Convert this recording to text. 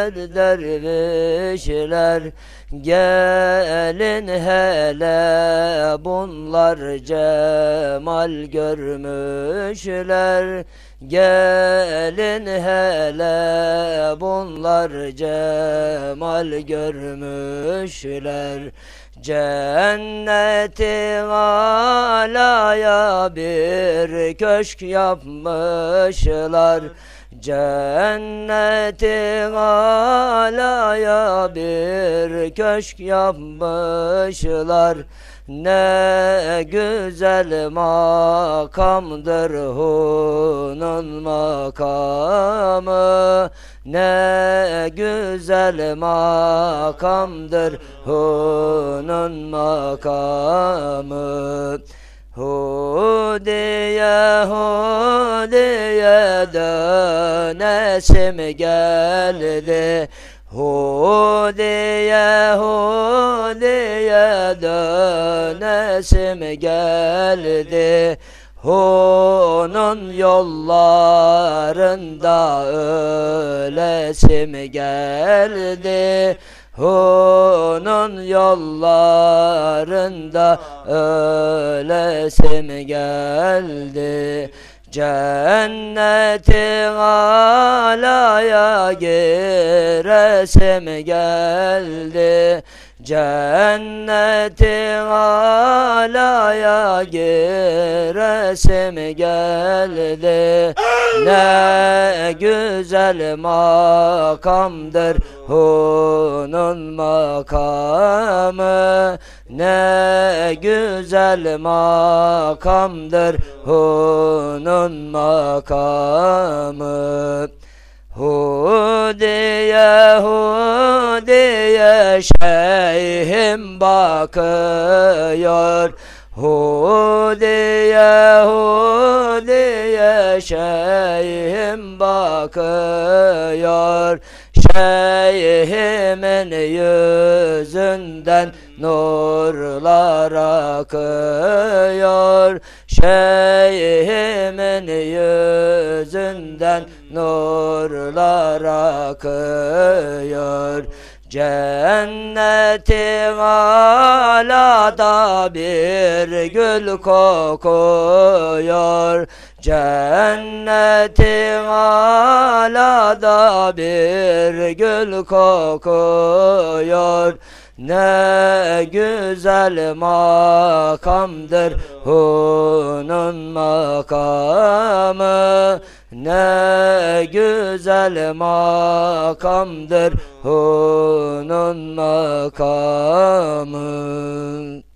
dervişler. Gelin hele bunlar cemal görmüşler. Gelin hele bunlar cemal görmüşler. Cenneti alaya bir köşk yapmışlar. Cenneti alaya bir köşk yapmışlar. Ne güzel makamdır Hun'un makamı. Ne güzel makamdır Hun'un makamı. Hudiye Hudiye dönesim geldi. Hudiye Hudiye dönesim geldi. Hun'un yollarında ölesim geldi. Hun'un yollarında ölesim geldi. Cenneti alaya giresim geldi. Cenneti alaya giresim geldi. Ne güzel makamdır Hun'un makamı. Ne güzel makamdır Hun'un makamı. Hudiye Hudiye şeyhim bakıyor. Hudiye Hudiye şeyhim bakıyor. Şeyhimin yüzünden nurlar akıyor. Şeyhimin yüzünden nurlar akıyor. Cenneti alada bir gül kokuyor. Cenneti alada bir gül kokuyor. Ne güzel makamdır Hun'un makamı. Ne güzel makamdır Hun'un makamı.